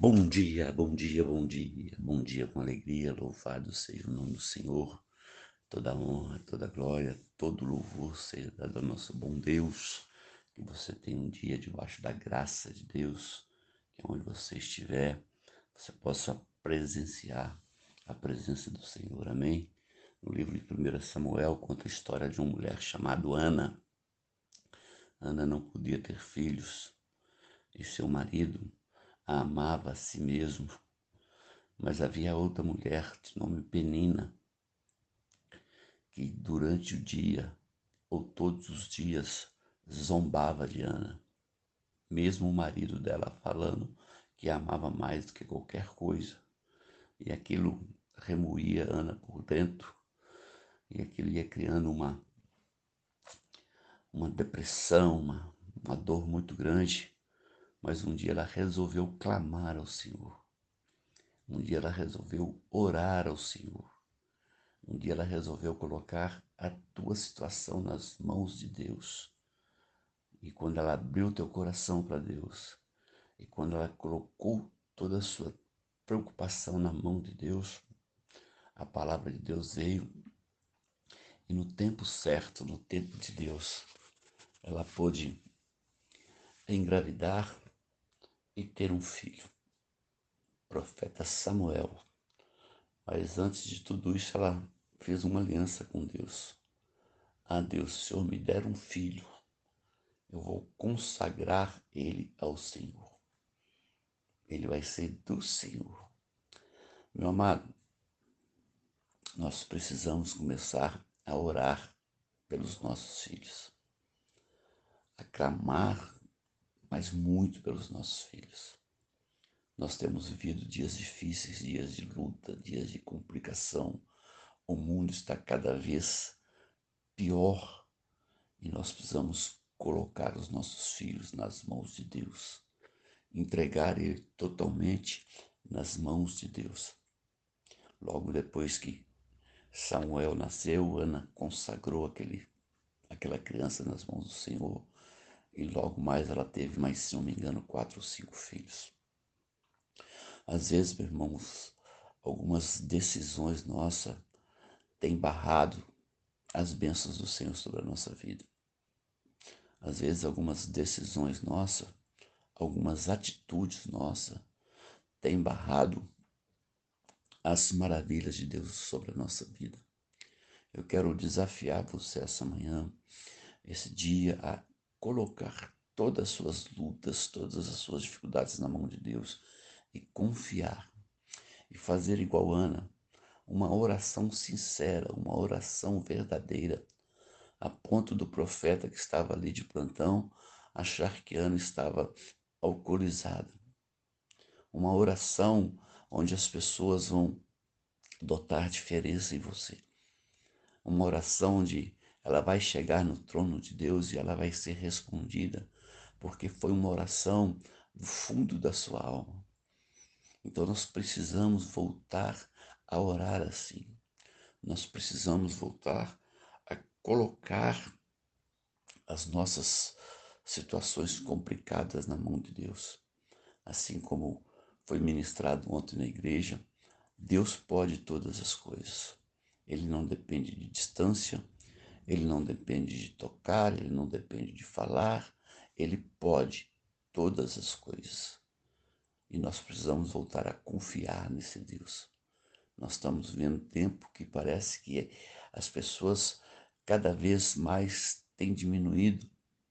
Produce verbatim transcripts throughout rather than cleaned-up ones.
Bom dia, bom dia, bom dia, bom dia com alegria, louvado seja o nome do Senhor, toda honra, toda glória, todo louvor seja dado ao nosso bom Deus, que você tenha um dia debaixo da graça de Deus, que onde você estiver, você possa presenciar a presença do Senhor, amém? No livro de primeiro Samuel conta a história de uma mulher chamada Ana. Ana não podia ter filhos e seu marido a amava a si mesmo. Mas havia outra mulher de nome Penina, que durante o dia, ou todos os dias, zombava de Ana. Mesmo o marido dela falando que a amava mais do que qualquer coisa. E aquilo remoía Ana por dentro, e aquilo ia criando uma, uma depressão, uma, uma dor muito grande. Mas um dia ela resolveu clamar ao Senhor. Um dia ela resolveu orar ao Senhor. Um dia ela resolveu colocar a tua situação nas mãos de Deus. E quando ela abriu teu coração para Deus, e quando ela colocou toda a sua preocupação na mão de Deus, a palavra de Deus veio e no tempo certo, no tempo de Deus, ela pôde engravidar e ter um filho, o profeta Samuel. Mas antes de tudo isso, ela fez uma aliança com Deus. Ah, Deus, se o Senhor me der um filho, eu vou consagrar ele ao Senhor. Ele vai ser do Senhor. Meu amado, nós precisamos começar a orar pelos nossos filhos, a clamar, mas muito pelos nossos filhos. Nós temos vivido dias difíceis, dias de luta, dias de complicação. O mundo está cada vez pior e nós precisamos colocar os nossos filhos nas mãos de Deus, entregar ele totalmente nas mãos de Deus. Logo depois que Samuel nasceu, Ana consagrou aquele, aquela criança nas mãos do Senhor e logo mais ela teve mais, se não me engano, quatro ou cinco filhos. Às vezes, meus irmãos, algumas decisões nossas têm barrado as bênçãos do Senhor sobre a nossa vida. Às vezes, algumas decisões nossas, algumas atitudes nossas têm barrado as maravilhas de Deus sobre a nossa vida. Eu quero desafiar você essa manhã, esse dia, a colocar todas as suas lutas, todas as suas dificuldades na mão de Deus e confiar e fazer igual Ana, uma oração sincera, uma oração verdadeira, a ponto do profeta que estava ali de plantão achar que Ana estava alcoolizada. Uma oração onde as pessoas vão notar diferença em você. Uma oração onde ela vai chegar no trono de Deus e ela vai ser respondida, porque foi uma oração do fundo da sua alma. Então nós precisamos voltar a orar assim. Nós precisamos voltar a colocar as nossas situações complicadas na mão de Deus. Assim como foi ministrado ontem na igreja, Deus pode todas as coisas. Ele não depende de distância, ele não depende de tocar, ele não depende de falar, ele pode todas as coisas. E nós precisamos voltar a confiar nesse Deus. Nós estamos vendo tempo que parece que as pessoas cada vez mais têm diminuído,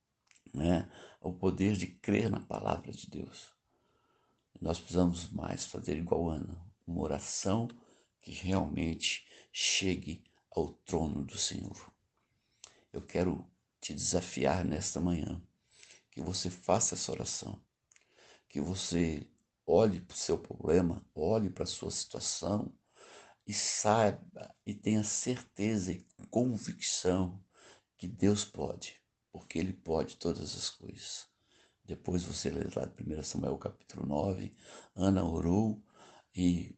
né, o poder de crer na palavra de Deus. Nós precisamos mais fazer igual Ana, uma oração que realmente chegue ao trono do Senhor. Eu quero te desafiar nesta manhã, que você faça essa oração, que você olhe para o seu problema, olhe para a sua situação e saiba e tenha certeza e convicção que Deus pode, porque Ele pode todas as coisas. Depois você lê lá de primeiro Samuel capítulo nove, Ana orou e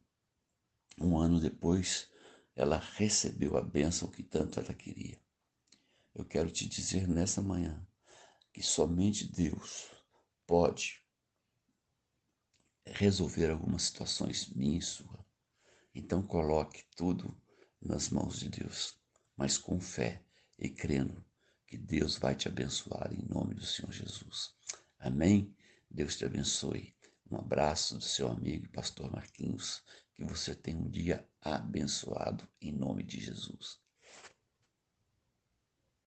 um ano depois ela recebeu a bênção que tanto ela queria. Eu quero te dizer nessa manhã que somente Deus pode resolver algumas situações minha e sua. Então coloque tudo nas mãos de Deus, mas com fé e crendo que Deus vai te abençoar em nome do Senhor Jesus. Amém? Deus te abençoe. Um abraço do seu amigo pastor Marquinhos. Que você tenha um dia abençoado em nome de Jesus.